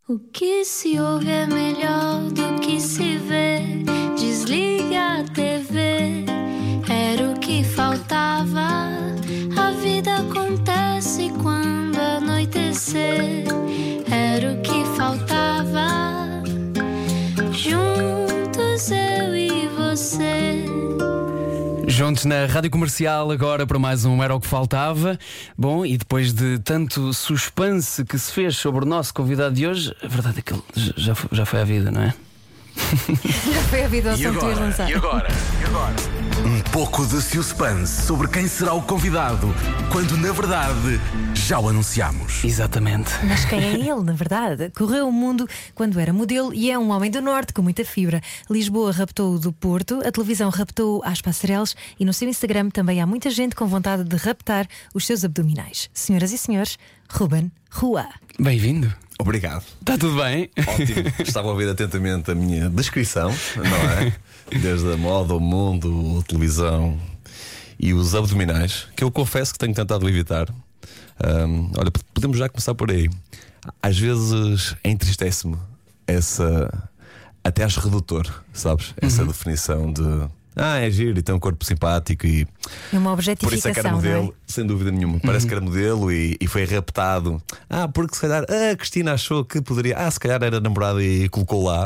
O que se ouve é melhor do que se vê. Desliga a TV, era o que faltava. A vida acontece quando anoitecer. Era o que faltava. Juntos eu e você. Juntos na Rádio Comercial, agora para mais um Era o que Faltava. Bom, e depois de tanto suspense que se fez sobre o nosso convidado de hoje, a verdade é que ele já foi à vida, não é? Já foi a vida ao som que tu ias lançar. E agora? Um pouco de suspense sobre quem será o convidado, quando na verdade já o anunciamos. Exatamente. Mas quem é ele, na verdade? Correu o mundo quando era modelo e é um homem do Norte com muita fibra. Lisboa raptou-o do Porto, a televisão raptou-o às passarelas e no seu Instagram também há muita gente com vontade de raptar os seus abdominais. Senhoras e senhores, Ruben Rua. Bem-vindo. Obrigado. Está tudo bem? Ótimo. Estava a ouvir atentamente a minha descrição, não é? Desde a moda, o mundo, a televisão e os abdominais, que eu confesso que tenho tentado evitar. Olha, podemos já começar por aí. Às vezes entristece-me essa, até acho redutor, sabes? Essa definição de é giro e tem um corpo simpático e uma por objetificação, isso é que era modelo, não é? sem dúvida nenhuma. Parece que era modelo e foi raptado. Porque se calhar a Cristina achou que poderia. Se calhar era namorada e colocou lá.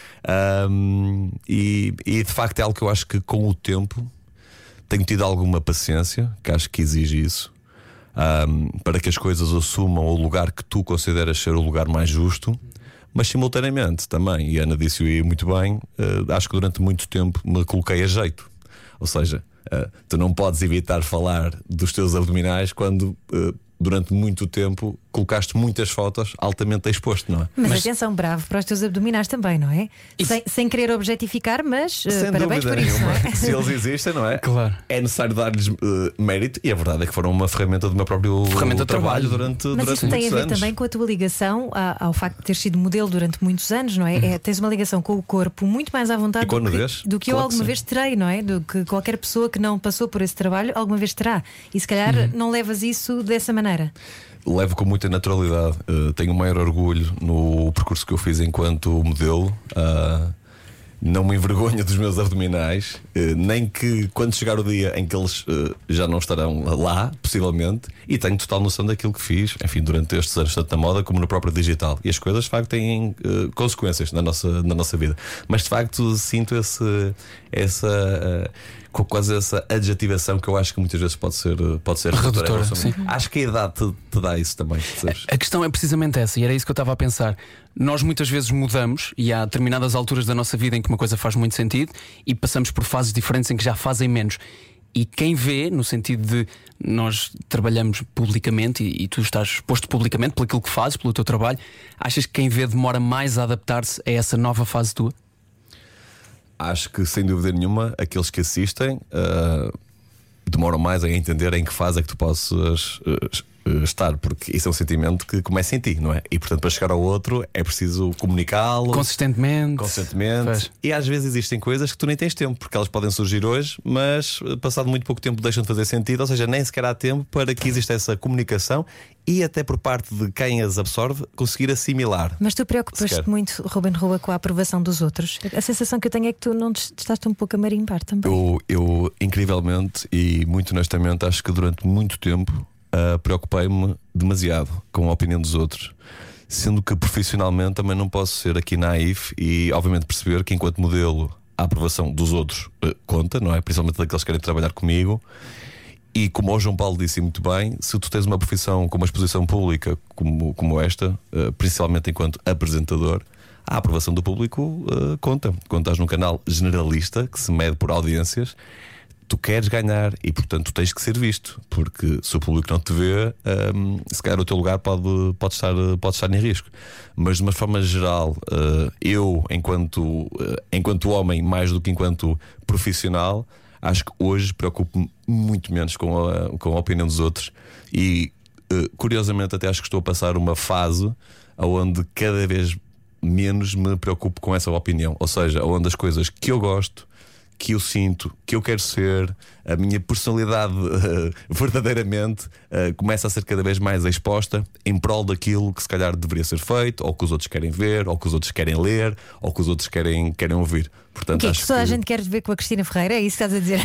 E de facto é algo que eu acho que com o tempo tenho tido alguma paciência, que acho que exige isso, para que as coisas assumam o lugar que tu consideras ser o lugar mais justo. Mas simultaneamente também, e a Ana disse-o aí muito bem, acho que durante muito tempo me coloquei a jeito. Ou seja, tu não podes evitar falar dos teus abdominais quando durante muito tempo colocaste muitas fotos altamente exposto, não é? Mas atenção, bravo para os teus abdominais também, não é? Sem querer objetificar, mas parabéns por isso, não é? Se eles existem, não é? Claro. É necessário dar-lhes mérito. E a verdade é que foram uma ferramenta do meu próprio trabalho durante Mas muitos isso tem a ver anos. também com a tua ligação ao facto de ter sido modelo durante muitos anos, não é? Tens uma ligação com o corpo muito mais à vontade do que eu Claro alguma que vez terei, não é? Do que qualquer pessoa que não passou por esse trabalho alguma vez terá. E se calhar não levas isso dessa maneira. Levo com muita naturalidade. Tenho o maior orgulho no percurso que eu fiz enquanto modelo. Não me envergonho dos meus abdominais, nem que quando chegar o dia em que eles já não estarão lá, possivelmente. E tenho total noção daquilo que fiz, enfim, durante estes anos, tanto na moda como no próprio digital. E as coisas de facto têm consequências na nossa vida. Mas de facto sinto quase essa adjetivação que eu acho que muitas vezes pode ser redutora. Acho que a idade te dá isso também, percebes? A questão é precisamente essa, e era isso que eu estava a pensar. Nós muitas vezes mudamos e há determinadas alturas da nossa vida em que uma coisa faz muito sentido e passamos por fases diferentes em que já fazem menos. E quem vê, no sentido de nós trabalhamos publicamente e tu estás exposto publicamente pelo aquilo que fazes, pelo teu trabalho, achas que quem vê demora mais a adaptar-se a essa nova fase tua? Acho que sem dúvida nenhuma aqueles que assistem demoram mais a entender em que fase é que tu possas estar, porque isso é um sentimento que começa em ti, não é? E portanto para chegar ao outro é preciso comunicá-lo consistentemente. Pois. E às vezes existem coisas que tu nem tens tempo, porque elas podem surgir hoje, mas passado muito pouco tempo deixam de fazer sentido. Ou seja, nem sequer há tempo para que exista essa comunicação e até por parte de quem as absorve conseguir assimilar. Mas tu preocupas-te muito, Ruben Rua, com a aprovação dos outros? A sensação que eu tenho é que tu não estás um pouco a marimbar também. Eu incrivelmente e muito honestamente acho que durante muito tempo preocupei-me demasiado com a opinião dos outros, sendo que profissionalmente também não posso ser aqui naif e obviamente perceber que enquanto modelo a aprovação dos outros conta, não é? Principalmente daqueles que querem trabalhar comigo. E como o João Paulo disse muito bem, se tu tens uma profissão com uma exposição pública como esta, principalmente enquanto apresentador, a aprovação do público conta. Quando estás num canal generalista que se mede por audiências, tu queres ganhar e portanto tu tens que ser visto, porque se o público não te vê, se calhar o teu lugar pode estar em risco. Mas de uma forma geral, eu enquanto homem, mais do que enquanto profissional, acho que hoje preocupo-me muito menos com a opinião dos outros. E curiosamente até acho que estou a passar uma fase onde cada vez menos me preocupo com essa opinião. Ou seja, onde as coisas que eu gosto, que eu sinto, que eu quero ser, a minha personalidade verdadeiramente começa a ser cada vez mais exposta em prol daquilo que se calhar deveria ser feito, ou que os outros querem ver, ou que os outros querem ler, ou que os outros querem ouvir. Portanto, que acho toda a que gente quer ver com a Cristina Ferreira? É isso que estás a dizer?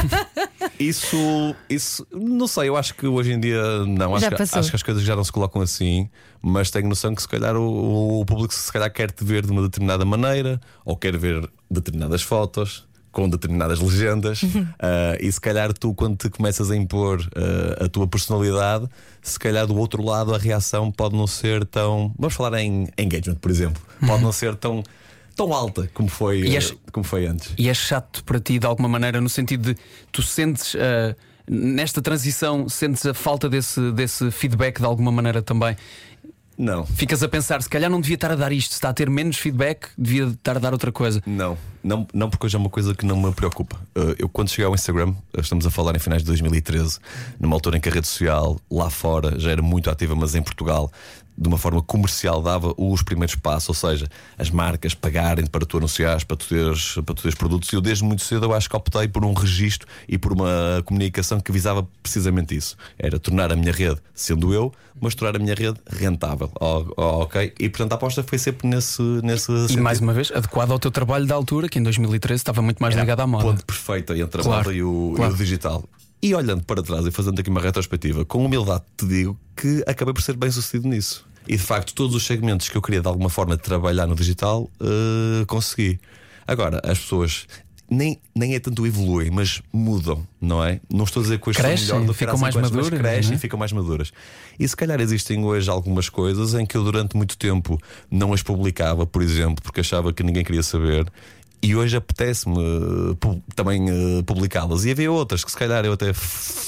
isso não sei, eu acho que hoje em dia não, acho que as coisas já não se colocam assim, mas tenho noção que se calhar o público se calhar quer te ver de uma determinada maneira, ou quer ver determinadas fotos com determinadas legendas. E se calhar tu, quando te começas a impor a tua personalidade, se calhar do outro lado a reação pode não ser tão, vamos falar em engagement, por exemplo, pode não ser tão alta como foi antes. E é chato para ti de alguma maneira, no sentido de tu sentes nesta transição, sentes a falta desse feedback de alguma maneira também? Não. Ficas a pensar, se calhar não devia estar a dar isto, se está a ter menos feedback, devia estar a dar outra coisa. Não, porque hoje é uma coisa que não me preocupa. Eu, quando cheguei ao Instagram, estamos a falar em finais de 2013, numa altura em que a rede social lá fora já era muito ativa, mas em Portugal, de uma forma comercial, dava os primeiros passos, ou seja, as marcas pagarem para tu anunciares, para tu teres produtos. E eu, desde muito cedo, eu acho que optei por um registro e por uma comunicação que visava precisamente isso. Era tornar a minha rede, sendo eu, mas tornar a minha rede rentável. Ok? E portanto a aposta foi sempre nesse E sentido. mais uma vez, adequado ao teu trabalho da altura, que em 2013 estava muito mais ligado à moda. Ponto perfeito entre a moda e o digital. E olhando para trás e fazendo aqui uma retrospectiva, com humildade te digo que acabei por ser bem sucedido nisso. E de facto, todos os segmentos que eu queria de alguma forma trabalhar no digital, consegui. Agora, as pessoas nem é tanto evoluem, mas mudam, não é? Não estou a dizer que hoje crescem, são melhor do que ficam mais maduras, mas crescem, não é? e ficam mais maduras. E se calhar existem hoje algumas coisas em que eu durante muito tempo não as publicava, por exemplo, porque achava que ninguém queria saber. E hoje apetece-me também publicá-las. E havia outras que se calhar eu até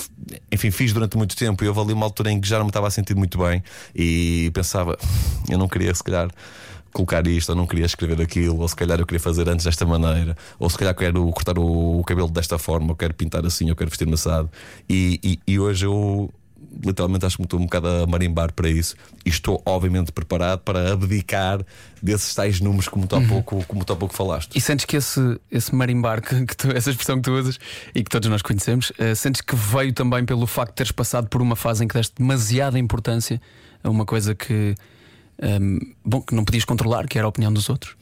fiz durante muito tempo. E houve ali uma altura em que já não me estava a sentir muito bem e pensava, eu não queria se calhar colocar isto, ou não queria escrever aquilo, ou se calhar eu queria fazer antes desta maneira, ou se calhar quero cortar o cabelo desta forma, ou quero pintar assim, ou quero vestir-me assado. E hoje eu literalmente acho que me estou um bocado a marimbar para isso, e estou obviamente preparado para abdicar desses tais números como tu há pouco falaste. E sentes que esse marimbar, essa expressão que tu usas e que todos nós conhecemos, sentes que veio também pelo facto de teres passado por uma fase em que deste demasiada importância a uma coisa que que não podias controlar, que era a opinião dos outros?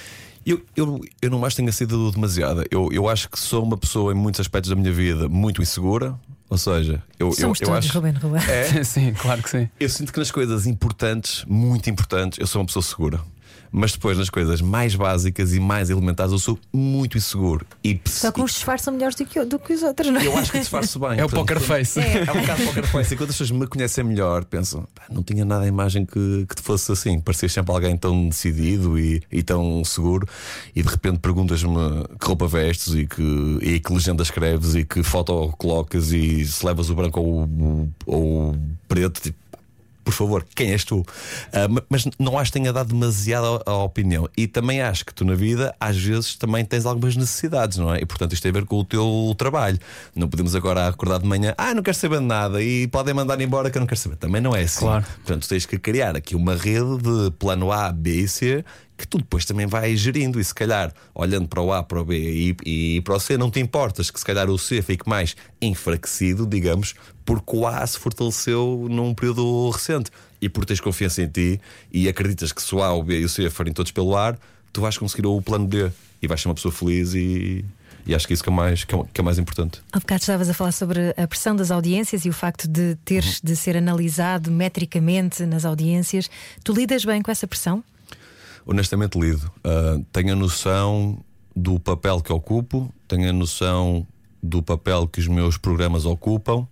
Eu não acho que tenha sido demasiada. Eu acho que sou uma pessoa em muitos aspectos da minha vida muito insegura. Ou seja, eu acho. Ruben. É? Sim, claro que sim. Eu sinto que nas coisas importantes, muito importantes, eu sou uma pessoa segura. Mas depois nas coisas mais básicas e mais elementares eu sou muito inseguro. Só que uns disfarçam melhores do que os outros, não é? Eu acho que disfarço bem. É o poker face. É um bocado poker face. E quando as pessoas me conhecem melhor, pensam, não tinha nada a imagem que te fosse assim. Parecias sempre alguém tão decidido e tão seguro. E de repente perguntas-me que roupa vestes e que legenda escreves e que foto colocas e se levas o branco ou o preto. Tipo, por favor, quem és tu? Mas não acho que tenha dado demasiada a opinião. E também acho que tu na vida às vezes também tens algumas necessidades, não é? E portanto isto tem a ver com o teu trabalho. Não podemos agora acordar de manhã, não quero saber de nada e podem mandar embora que eu não quero saber. Também não é assim. Claro. Portanto tens que criar aqui uma rede de plano A, B e C, que tu depois também vais gerindo. E se calhar, olhando para o A, para o B e para o C, não te importas que se calhar o C fique mais enfraquecido, digamos, porque o A se fortaleceu num período recente. E por teres confiança em ti e acreditas que se o A, o B e o C forem todos pelo ar, tu vais conseguir o plano B e vais ser uma pessoa feliz. E acho que isso que é mais importante. Há bocado estavas a falar sobre a pressão das audiências e o facto de teres de ser analisado metricamente nas audiências. Tu lidas bem com essa pressão? Honestamente lido. Tenho a noção do papel que ocupo, tenho a noção do papel que os meus programas ocupam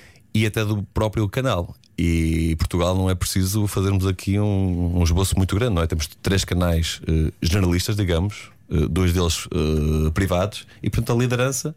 e até do próprio canal. E Portugal não é preciso fazermos aqui um esboço muito grande, não é? Temos 3 canais generalistas, digamos, 2 deles privados, e portanto a liderança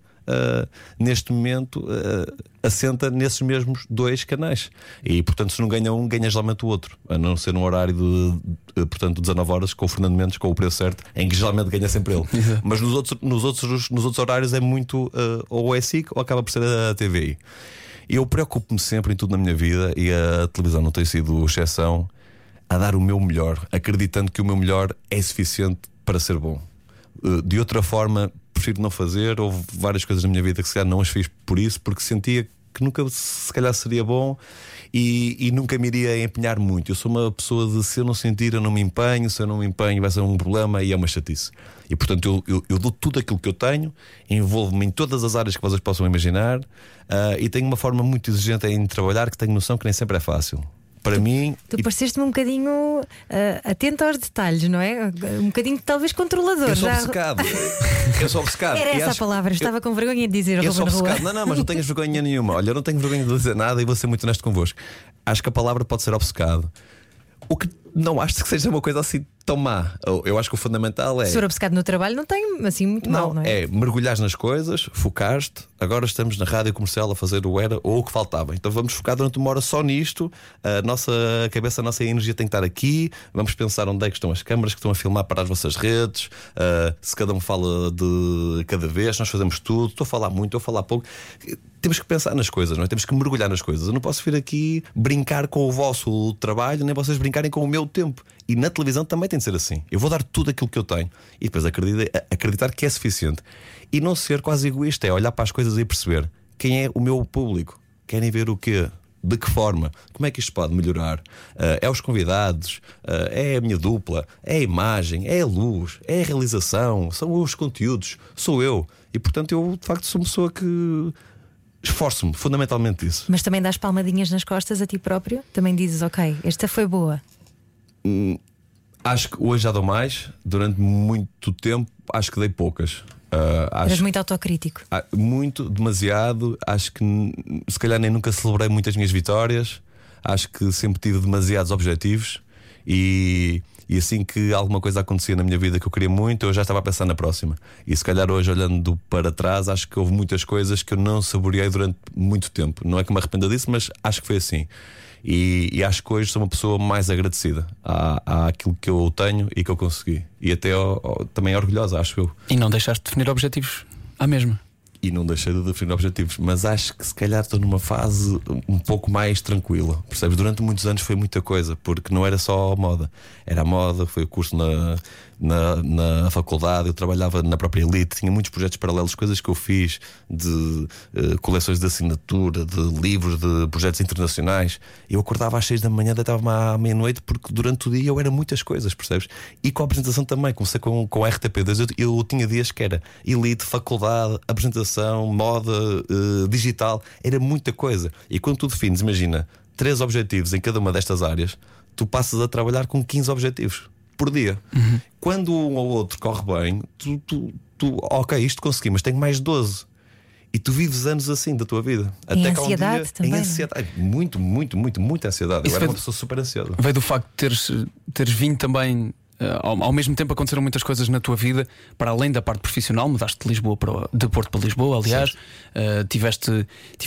neste momento assenta nesses mesmos 2 canais. E portanto, se não ganha um, ganha geralmente o outro, a não ser num horário de portanto 19 horas com o Fernando Mendes, com o preço certo, em que geralmente ganha sempre ele. Mas nos outros horários é muito ou é SIC ou acaba por ser a TVI. E eu preocupo-me sempre em tudo na minha vida, e a televisão não tem sido exceção, a dar o meu melhor, acreditando que o meu melhor é suficiente para ser bom. De outra forma, prefiro não fazer. Houve várias coisas na minha vida que se calhar não as fiz por isso, porque sentia que nunca se calhar seria bom e nunca me iria empenhar muito. Eu sou uma pessoa de, se eu não sentir, eu não me empenho. Se eu não me empenho, vai ser um problema e é uma chatice. E portanto eu dou tudo aquilo que eu tenho, envolvo-me em todas as áreas que vocês possam imaginar, e tenho uma forma muito exigente em trabalhar, que tenho noção que nem sempre é fácil. Para mim. Tu pareceste-me um bocadinho atento aos detalhes, não é? Um bocadinho talvez controlador. Eu sou obcecado. Eu sou obcecado. Era essa a palavra, estava com vergonha de dizer. Eu sou obcecado. Não, mas não tenhas vergonha nenhuma. Olha, eu não tenho vergonha de dizer nada e vou ser muito honesto convosco. Acho que a palavra pode ser obcecado. O que não acho que seja uma coisa assim tão má. Eu acho que o fundamental é. Se for obcecado no trabalho, não tem assim muito mal, não é? É mergulhar nas coisas, focaste. Agora estamos na rádio comercial a fazer o era ou o que faltava. Então vamos focar durante uma hora só nisto. A nossa cabeça, a nossa energia tem que estar aqui. Vamos pensar onde é que estão as câmaras que estão a filmar para as vossas redes. Se cada um fala de cada vez, nós fazemos tudo. Estou a falar muito, estou a falar pouco. Temos que pensar nas coisas, não é? Temos que mergulhar nas coisas. Eu não posso vir aqui brincar com o vosso trabalho, nem vocês brincarem com o meu tempo. E na televisão também tem de ser assim. Eu vou dar tudo aquilo que eu tenho e depois acreditar que é suficiente. E não ser quase egoísta, é olhar para as coisas e perceber quem é o meu público. Querem ver o quê? De que forma? Como é que isto pode melhorar? É os convidados? É a minha dupla? É a imagem? É a luz? É a realização? São os conteúdos? Sou eu? E portanto eu de facto sou uma pessoa que esforço-me fundamentalmente isso. Mas também dás palmadinhas nas costas a ti próprio? Também dizes, ok, esta foi boa? Acho que hoje já dou mais. Durante muito tempo acho que dei poucas. Eras muito autocrítico. Muito, demasiado. Acho que se calhar nem nunca celebrei muitas minhas vitórias. Acho que sempre tive demasiados objetivos. E assim que alguma coisa acontecia na minha vida que eu queria muito, eu já estava a pensar na próxima. E se calhar hoje, olhando para trás, acho que houve muitas coisas que eu não saboreei durante muito tempo. Não é que me arrependa disso, mas acho que foi assim. E acho que hoje sou uma pessoa mais agradecida àquilo que eu tenho e que eu consegui. E até também orgulhosa, acho eu. E não deixaste de definir objetivos à mesma? E não deixei de definir objetivos, mas acho que se calhar estou numa fase um pouco mais tranquila. Percebes? Durante muitos anos foi muita coisa, porque não era só a moda. Era a moda, foi o curso na faculdade, eu trabalhava na própria Elite, tinha muitos projetos paralelos, coisas que eu fiz de coleções de assinatura, de livros, de projetos internacionais. Eu acordava às 6 da manhã, deitava-me à meia-noite, porque durante o dia eu era muitas coisas, percebes? E com a apresentação também, comecei com a RTP2, eu tinha dias que era Elite, faculdade, apresentação, moda, digital, era muita coisa. E quando tu defines, imagina, 3 objetivos em cada uma destas áreas, tu passas a trabalhar com 15 objetivos por dia. Quando um ou outro corre bem, tu ok, isto consegui, mas tenho mais 12. E tu vives anos assim da tua vida. Em até ansiedade que um dia, também. em ansiedade. Muita ansiedade. Eu era uma pessoa super ansiosa. Veio do facto de teres vindo também. Ao mesmo tempo aconteceram muitas coisas na tua vida, para além da parte profissional. Mudaste de Porto para Lisboa, aliás. Tiveste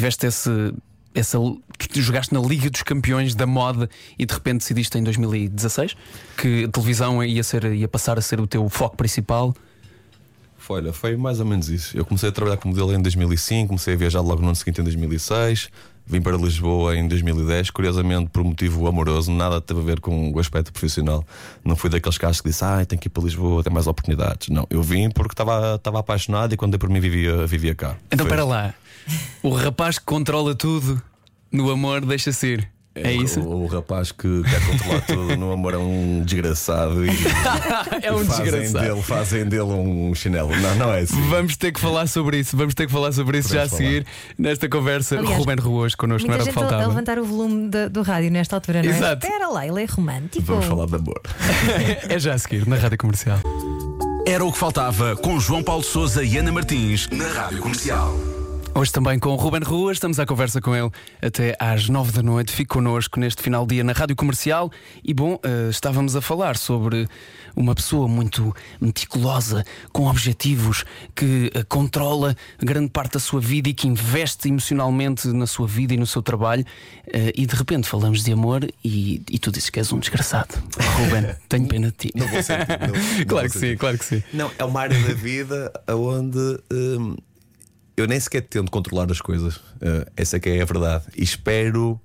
tu jogaste na Liga dos Campeões da Moda e de repente decidiste em 2016 que a televisão ia passar a ser o teu foco principal. Olha, foi mais ou menos isso. Eu comecei a trabalhar como modelo em 2005, comecei a viajar logo no ano seguinte em 2006, vim para Lisboa em 2010, curiosamente por motivo amoroso, nada teve a ver com o aspecto profissional. Não fui daqueles casos que disse, tenho que ir para Lisboa, tem mais oportunidades. Não, eu vim porque estava apaixonado e quando dei por mim vivia cá. Então para lá, o rapaz que controla tudo no amor deixa-se ir. É isso? O rapaz que quer controlar tudo no amor é um desgraçado e desgraçado. Fazem dele um chinelo. Não é assim. Vamos ter que falar sobre isso. Já a seguir nesta conversa. Aliás, Ruben Ruas connosco, não era o que faltava. A levantar o volume do rádio nesta altura, não é? Exato. Espera lá, ele é romântico. Vamos falar de amor. É já a seguir, na Rádio Comercial. Era o que faltava com João Paulo Sousa e Ana Martins na Rádio Comercial. Hoje também com o Ruben Ruas, estamos à conversa com ele até às 9 da noite. Fique connosco neste final de dia na Rádio Comercial. E bom, estávamos a falar sobre uma pessoa muito meticulosa, com objetivos, que controla grande parte da sua vida e que investe emocionalmente na sua vida e no seu trabalho. E de repente falamos de amor e tu dizes que és um desgraçado. Ruben, tenho pena de ti. Não vou ser. Claro que sim. Não, é uma área da vida onde eu nem sequer tento controlar as coisas. Essa é que é a verdade. E espero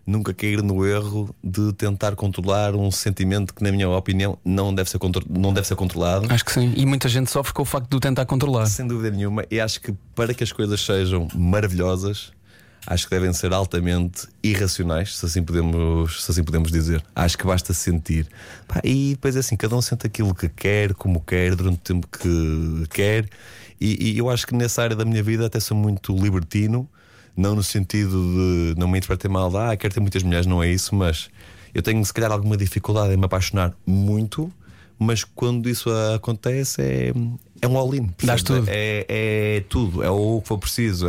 nunca cair no erro de tentar controlar um sentimento que, na minha opinião, não deve ser controlado. Acho que sim. E muita gente sofre com o facto de o tentar controlar. Sem dúvida nenhuma. E acho que para que as coisas sejam maravilhosas, acho que devem ser altamente irracionais, se assim podemos dizer. Acho que basta sentir. E depois é assim, cada um sente aquilo que quer, como quer, durante o tempo que quer. E eu acho que nessa área da minha vida até sou muito libertino. Não no sentido de não me interpretar mal, quero ter muitas mulheres, não é isso, mas eu tenho se calhar alguma dificuldade em me apaixonar muito, mas quando isso acontece é um all-in. Dás tudo. É tudo, é o que for preciso,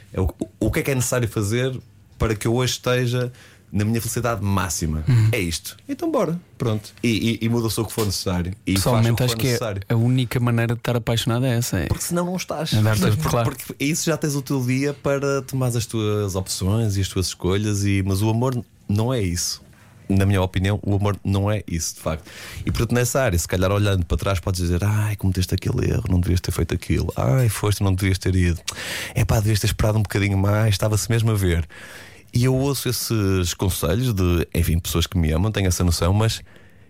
o que é necessário fazer para que eu hoje esteja na minha felicidade máxima. É isto. Então bora, pronto. E muda-se o que for necessário. E pessoalmente faz o acho que que for necessário. a única maneira de estar apaixonado é essa. Porque senão não estás. Claro. Porque isso já tens o teu dia para tomar as tuas opções e as tuas escolhas. Mas o amor não é isso. Na minha opinião, o amor não é isso, de facto. E portanto, nessa área, se calhar olhando para trás, podes dizer: cometeste aquele erro, não devias ter feito aquilo. Foste, não devias ter ido. Devias ter esperado um bocadinho mais, estava-se mesmo a ver. E eu ouço esses conselhos de, enfim, pessoas que me amam, tenho essa noção, mas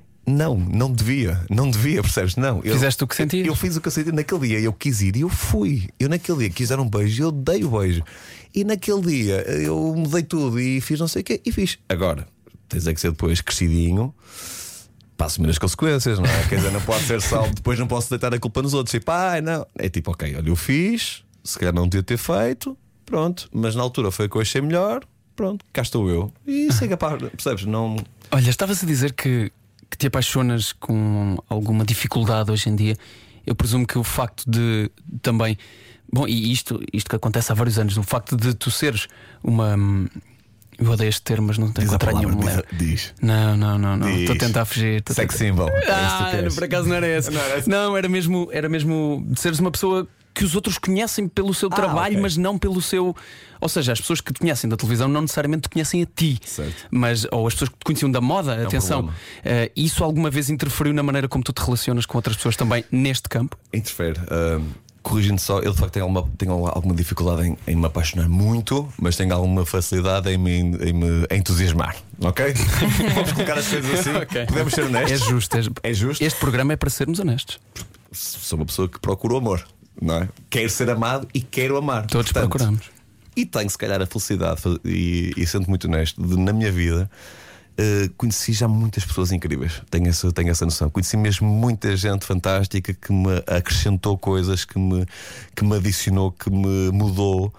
não devia, percebes? Não. Fizeste o que sentias. Eu fiz o que eu senti naquele dia, eu quis ir e eu fui. Eu naquele dia quis dar um beijo e eu dei o beijo. E naquele dia eu mudei tudo e fiz não sei o quê e fiz. Agora, tens que ser depois crescidinho para assumir as consequências, não é? Quer dizer, não pode ser salvo, depois não posso deitar a culpa nos outros. Tipo, não. É tipo, ok, olha, eu fiz, se calhar não devia ter feito, pronto, mas na altura foi o que eu achei melhor. Pronto, cá estou eu. E siga para, percebes? Não... Olha, estavas a dizer que te apaixonas com alguma dificuldade hoje em dia. Eu presumo que o facto de também. Bom, e isto que acontece há vários anos, o facto de tu seres uma. Eu odeio este termo, mas não tenho contra nenhum. Diz. Não. Estou a tentar fugir. Sex symbol. Por acaso não era esse. Não, era mesmo de seres uma pessoa que os outros conhecem pelo seu trabalho, ok. mas não pelo seu. Ou seja, as pessoas que te conhecem da televisão não necessariamente te conhecem a ti, certo. ou as pessoas que te conheciam da moda, atenção. Isso alguma vez interferiu na maneira como tu te relacionas com outras pessoas também neste campo? Interfere. Corrigindo só, eu de facto tenho alguma dificuldade em me apaixonar muito, mas tenho alguma facilidade em me entusiasmar. Ok? Vamos colocar as coisas assim. Okay. Podemos ser honestos. É justo. Este programa é para sermos honestos. Sou uma pessoa que procura o amor, não é? Quero ser amado e quero amar. Todos procuramos. E tenho se calhar a felicidade, e sendo muito honesto, de na minha vida conheci já muitas pessoas incríveis. Tenho essa noção. Conheci mesmo muita gente fantástica que me acrescentou coisas, que me adicionou, que me mudou.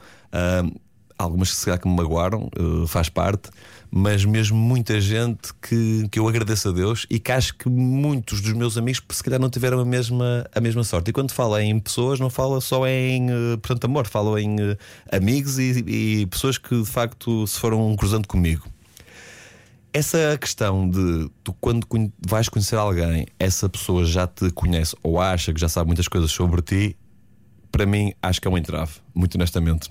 Algumas se calhar que me magoaram, faz parte. Mas mesmo muita gente que eu agradeço a Deus e que acho que muitos dos meus amigos se calhar não tiveram a mesma sorte. E quando falo em pessoas, não falo só em portanto, amor, falo em amigos e pessoas que de facto se foram cruzando comigo. Essa questão de tu, quando vais conhecer alguém, essa pessoa já te conhece ou acha que já sabe muitas coisas sobre ti, para mim acho que é um entrave, muito honestamente.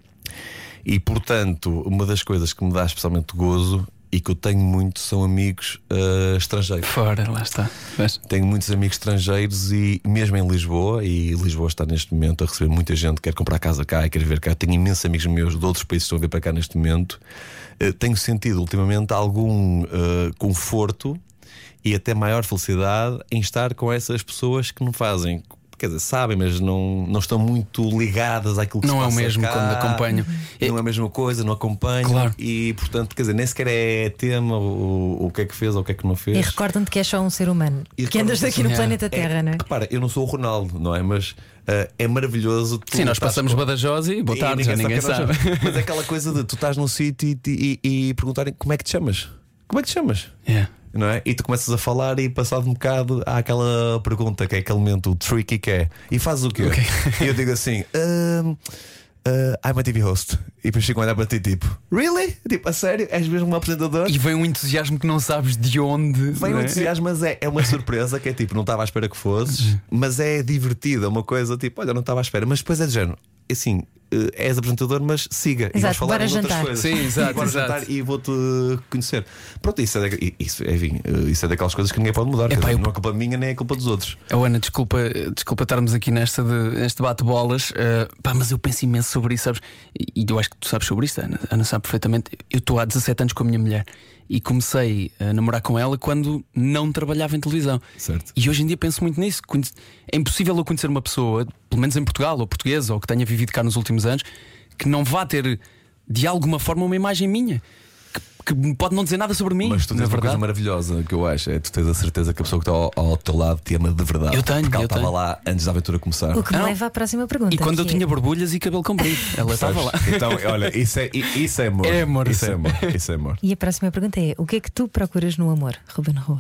E portanto, uma das coisas que me dá especialmente gozo e que eu tenho muito são amigos estrangeiros. Fora, lá está. Tenho muitos amigos estrangeiros e mesmo em Lisboa, e Lisboa está neste momento a receber muita gente que quer comprar casa cá e quer ver cá. Tenho imensos amigos meus de outros países que estão a vir para cá neste momento. Tenho sentido ultimamente algum conforto e até maior felicidade em estar com essas pessoas que me fazem. Quer dizer, sabem, mas não estão muito ligadas àquilo que não se passa é o mesmo cá. Quando acompanho. Não é a mesma coisa, não acompanho. Claro. E portanto, quer dizer, nem sequer é tema o que é que fez ou o que é que não fez. E recordam-te que és só um ser humano que andas aqui no planeta Terra, não é? Repara, eu não sou o Ronaldo, não é? Mas é maravilhoso. Sim, nós passamos Badajoz e boa tarde, já ninguém sabe. Mas é aquela coisa de tu estás num sítio e perguntarem como é que te chamas? Como é que te chamas? Yeah. Não é? E tu começas a falar e passado um bocado há aquela pergunta que é aquele momento tricky que é: e fazes o quê? Okay. E eu digo assim: I'm a TV host. E depois fico a olhar para ti tipo: really? Tipo, a sério? És mesmo um apresentador? E vem um entusiasmo que não sabes de onde. Vem um entusiasmo, mas é uma surpresa que é tipo: não estava à espera que fosses, mas é divertido, é uma coisa tipo: olha, não estava à espera. Mas depois é de género, assim, és apresentador, mas siga. Exato, e vais falar bora em outras jantar. coisas. Sim, exato, Bora exato. jantar e vou-te conhecer. Pronto, isso é daquelas coisas que ninguém pode mudar. Epá, Não é culpa minha, nem é culpa dos outros. Ana, desculpa estarmos aqui neste bate-bolas, mas eu penso imenso sobre isso, sabes? E eu acho que tu sabes sobre isto, Ana sabe perfeitamente. Eu estou há 17 anos com a minha mulher e comecei a namorar com ela quando não trabalhava em televisão. Certo. E hoje em dia penso muito nisso. É impossível eu conhecer uma pessoa, pelo menos em Portugal ou portuguesa, ou que tenha vivido cá nos últimos anos, que não vá ter de alguma forma uma imagem minha, que pode não dizer nada sobre mim. Mas tu tens na uma verdade. coisa maravilhosa que eu acho: é tu tens a certeza que a pessoa que está ao teu lado te ama de verdade. Eu tenho, porque ela eu estava tenho. lá antes da aventura começar. O que me Não. leva à próxima pergunta. E quando eu que tinha é, borbulhas e cabelo comprido, ela estava lá. Então, olha, isso é amor. É amor, Isso sim. é amor. Isso é amor. E a próxima pergunta é: o que é que tu procuras no amor, Ruben Rua?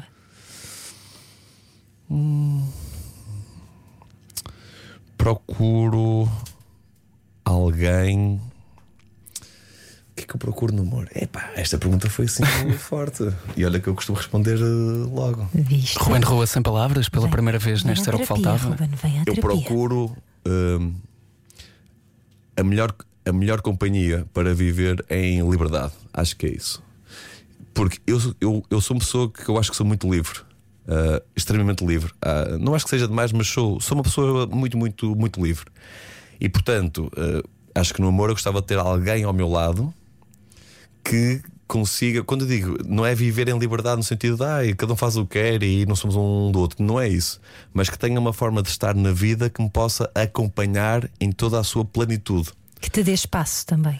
Procuro alguém. O que é que eu procuro no amor? Epá, esta pergunta foi assim muito forte. E olha que eu costumo responder logo. Viste? Ruben Rua sem palavras, pela Vem- primeira vez vem neste à Era o que terapia, Faltava. Ruben, vem à Eu terapia. procuro a melhor companhia para viver em liberdade. Acho que é isso. Porque eu sou uma pessoa que eu acho que sou muito livre. Extremamente livre. Não acho que seja demais, mas sou uma pessoa muito, muito, muito livre. E portanto, acho que no amor eu gostava de ter alguém ao meu lado que consiga, quando eu digo, não é viver em liberdade no sentido de cada um faz o que quer e não somos um do outro, não é isso, mas que tenha uma forma de estar na vida que me possa acompanhar em toda a sua plenitude. Que te dê espaço também.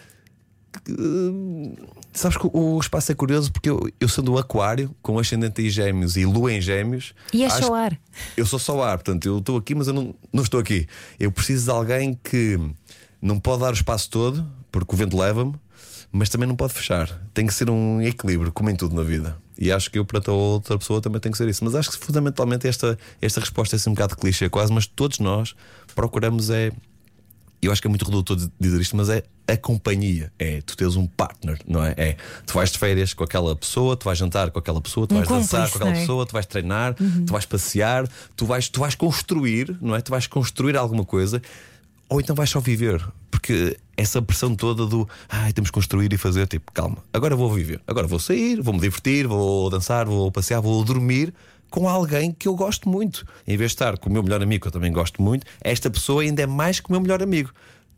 Sabes que o espaço é curioso porque eu sendo o Aquário, com ascendente em Gêmeos e Lua em Gêmeos, E é acho- só ar. eu sou só ar, portanto eu estou aqui, mas eu não estou aqui. Eu preciso de alguém que não pode dar o espaço todo, porque o vento leva-me, mas também não pode fechar. Tem que ser um equilíbrio, como em tudo na vida. E acho que eu, para a outra pessoa, também tem que ser isso. Mas acho que fundamentalmente esta resposta é assim um bocado de clichê quase, mas todos nós procuramos eu acho que é muito redutor dizer isto, mas é a companhia. É tu teres um partner, não é? Tu vais de férias com aquela pessoa, tu vais jantar com aquela pessoa, tu vais dançar cúmplice, com aquela não é? pessoa, tu vais treinar, tu vais passear, tu vais construir, não é? Tu vais construir alguma coisa, ou então vais só viver. Porque essa pressão toda do temos que construir e fazer, tipo, calma, agora vou viver, agora vou sair, vou me divertir, vou dançar, vou passear, vou dormir com alguém que eu gosto muito. Em vez de estar com o meu melhor amigo, que eu também gosto muito, esta pessoa ainda é mais que o meu melhor amigo.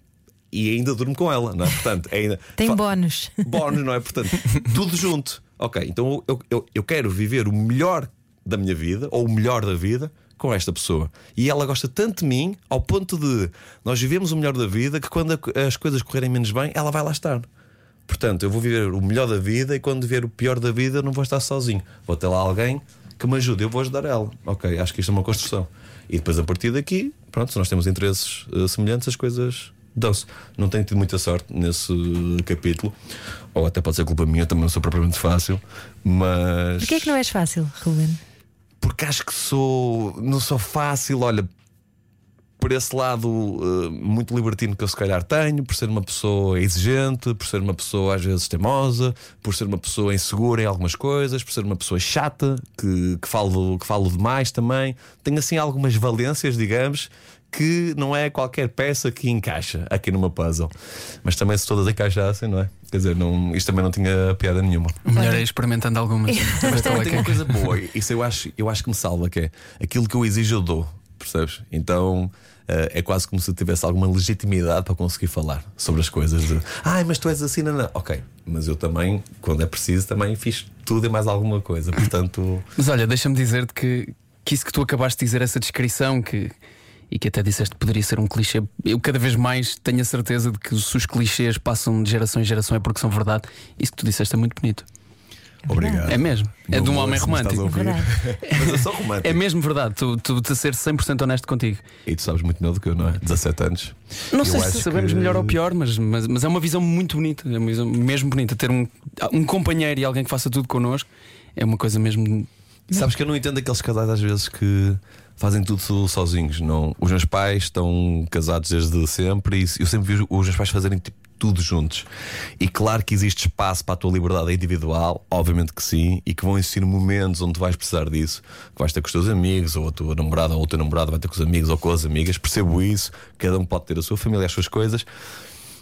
E ainda durmo com ela, não é? Portanto, ainda Tem bónus. bónus, não é? Portanto, tudo junto. Ok, então eu quero viver o melhor da minha vida, ou o melhor da vida, com esta pessoa. E ela gosta tanto de mim, ao ponto de nós vivemos o melhor da vida, que quando as coisas correrem menos bem, ela vai lá estar. Portanto, eu vou viver o melhor da vida, e quando viver o pior da vida, não vou estar sozinho. Vou ter lá alguém que me ajude, eu vou ajudar ela. Ok, acho que isto é uma construção. E depois, a partir daqui, pronto, se nós temos interesses semelhantes, as coisas dão-se. Não tenho tido muita sorte nesse capítulo, ou até pode ser culpa minha, também não sou propriamente fácil, mas Porquê é que não és fácil, Ruben? porque acho que não sou fácil, olha, por esse lado muito libertino que eu se calhar tenho, por ser uma pessoa exigente, por ser uma pessoa às vezes teimosa, por ser uma pessoa insegura em algumas coisas, por ser uma pessoa chata, que falo demais também. Tenho assim algumas valências, digamos, que não é qualquer peça que encaixa aqui numa puzzle. Mas também se todas encaixassem, não é? Quer dizer, isto também não tinha piada nenhuma. O melhor é experimentando algumas. Mas também tem uma coisa boa, isso eu acho que me salva, que é aquilo que eu exijo eu dou, percebes? Então é quase como se eu tivesse alguma legitimidade para conseguir falar sobre as coisas de, mas tu és assim, não. Ok, mas eu também, quando é preciso, também fiz tudo e mais alguma coisa. Portanto, Mas olha, deixa-me dizer-te que isso que tu acabaste de dizer, essa descrição e que até disseste que poderia ser um clichê, eu cada vez mais tenho a certeza de que se os clichês passam de geração em geração é porque são verdade. Isso que tu disseste é muito bonito. obrigado. É mesmo. É de um Meu homem amor, se me estás a romântico. ouvir. Mas eu sou romântico. É mesmo verdade. Tu de ser 100% honesto contigo. E tu sabes muito melhor do que eu, não é? 17 anos. Não Eu sei acho se sabemos que- melhor ou pior, mas é uma visão muito bonita. É uma visão mesmo bonita. Ter um companheiro e alguém que faça tudo connosco é uma coisa mesmo. Sabes que eu não entendo aqueles casais às vezes que fazem tudo sozinhos. Não. Os meus pais estão casados desde sempre e eu sempre vi os meus pais fazerem tipo, tudo juntos. E claro que existe espaço para a tua liberdade individual, obviamente que sim, e que vão existir momentos onde tu vais precisar disso, que vais ter com os teus amigos, ou a tua namorada ou o teu namorado vai ter com os amigos ou com as amigas. Percebo isso, cada um pode ter a sua família, as suas coisas.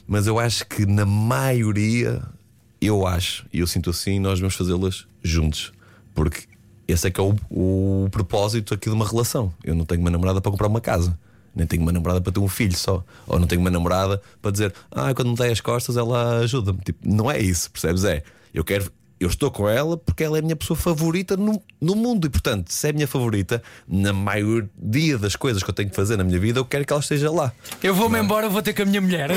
Mas eu acho que na maioria, eu sinto assim, nós vamos fazê-las juntos. Porque esse é que é o propósito aqui de uma relação. Eu não tenho uma namorada para comprar uma casa, nem tenho uma namorada para ter um filho só. Ou não tenho uma namorada para dizer quando me dei as costas ela ajuda-me. Tipo, não é isso, percebes? Eu estou com ela porque ela é a minha pessoa favorita no mundo. E portanto, se é a minha favorita, na maioria das coisas que eu tenho que fazer na minha vida, eu quero que ela esteja lá. Eu vou-me embora, vou ter com a minha mulher.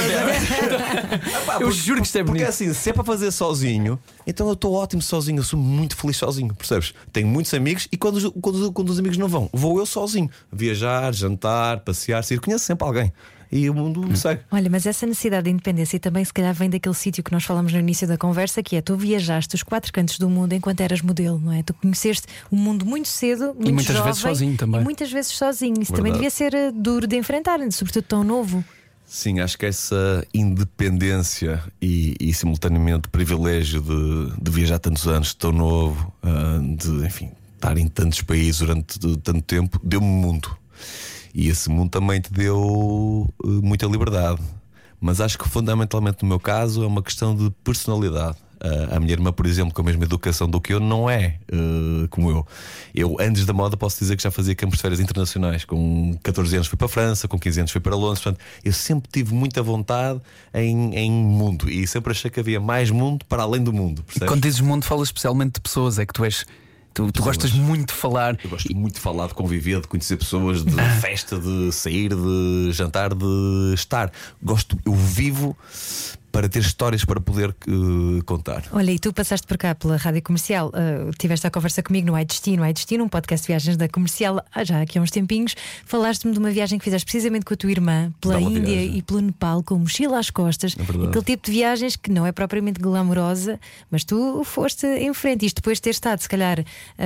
Eu juro que isto é bonito. Porque assim, se é para fazer sozinho, então eu estou ótimo sozinho. Eu sou muito feliz sozinho, percebes? Tenho muitos amigos e quando os amigos não vão, vou eu sozinho. Viajar, jantar, passear, sair. Conheço sempre alguém. E o mundo me segue. Olha, mas essa necessidade de independência também se calhar vem daquele sítio que nós falamos no início da conversa, que é: tu viajaste os 4 cantos do mundo enquanto eras modelo, não é? Tu conheceste o mundo muito cedo, muito e muitas jovem, vezes sozinho também. E muitas vezes sozinho. Isso Verdade. também devia ser duro de enfrentar, sobretudo tão novo. Sim, acho que essa independência e simultaneamente privilégio de viajar tantos anos, tão novo, de enfim, estar em tantos países durante tanto tempo, deu-me mundo. E esse mundo também te deu muita liberdade. Mas acho que fundamentalmente no meu caso é uma questão de personalidade. A minha irmã, por exemplo, com a mesma educação do que eu, não é como eu. Eu, antes da moda, posso dizer que já fazia campos de férias internacionais. Com 14 anos fui para a França, com 15 anos fui para Londres. Portanto, eu sempre tive muita vontade em mundo. E sempre achei que havia mais mundo para além do mundo, percebes? E quando dizes mundo, falas especialmente de pessoas. É que tu és... Tu gostas muito de falar. Eu gosto muito de falar, de conviver, de conhecer pessoas, de festa, de sair, de jantar, de estar. Eu vivo para ter histórias para poder contar. Olha, e tu passaste por cá pela Rádio Comercial, tiveste a conversa comigo no Ai Destino, um podcast de viagens da Comercial, já aqui há uns tempinhos. Falaste-me de uma viagem que fizeste precisamente com a tua irmã pela Índia e pelo Nepal, com mochila às costas. Aquele tipo de viagens que não é propriamente glamourosa, mas tu foste em frente. Isto depois de ter estado, se calhar,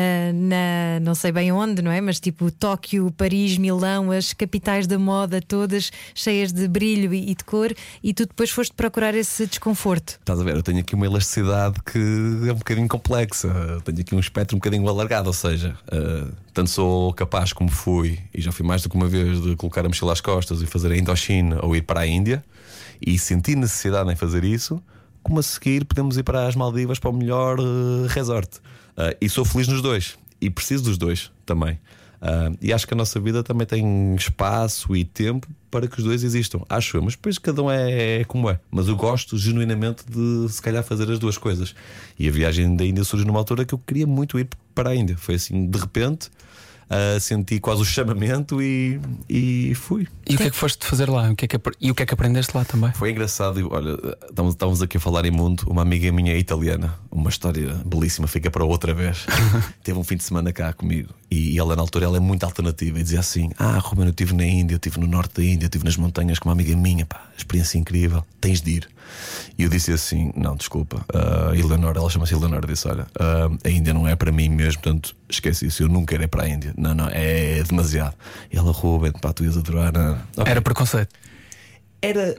não sei bem onde, não é? Mas tipo Tóquio, Paris, Milão, as capitais da moda, todas cheias de brilho e de cor, e tu depois foste procurar esse desconforto. Estás a ver? Eu tenho aqui uma elasticidade que é um bocadinho complexa. Tenho aqui um espectro um bocadinho alargado. Ou seja, tanto sou capaz como fui, e já fui mais do que uma vez, de colocar a mochila às costas e fazer a Indochina ou ir para a Índia, e senti necessidade em fazer isso, como a seguir podemos ir para as Maldivas, para o melhor resort. E sou feliz nos dois, e preciso dos dois também. E acho que a nossa vida também tem espaço e tempo para que os dois existam, acho eu. Mas depois cada um é como é. Mas eu gosto genuinamente de, se calhar, fazer as duas coisas. E a viagem da Índia surgiu numa altura que eu queria muito ir para a Índia. Foi assim, de repente, senti quase o chamamento e fui. E o que é que foste fazer lá? O que é que aprendeste lá também? Foi engraçado. Olha, estávamos aqui a falar em mundo. Uma amiga minha italiana, uma história belíssima, fica para outra vez. Teve um fim de semana cá comigo, e ela, na altura, ela é muito alternativa, e dizia assim: Ruben, eu estive na Índia, eu estive no norte da Índia, eu estive nas montanhas com uma amiga minha, experiência incrível, tens de ir. E eu disse assim: não, desculpa, Eleonora, ela chama-se Eleonora, disse: olha, a Índia não é para mim mesmo, portanto esquece isso, eu nunca irei para a Índia. Não, é demasiado. E ela: Ruben, tu ias adorar. Okay. Era preconceito. Era,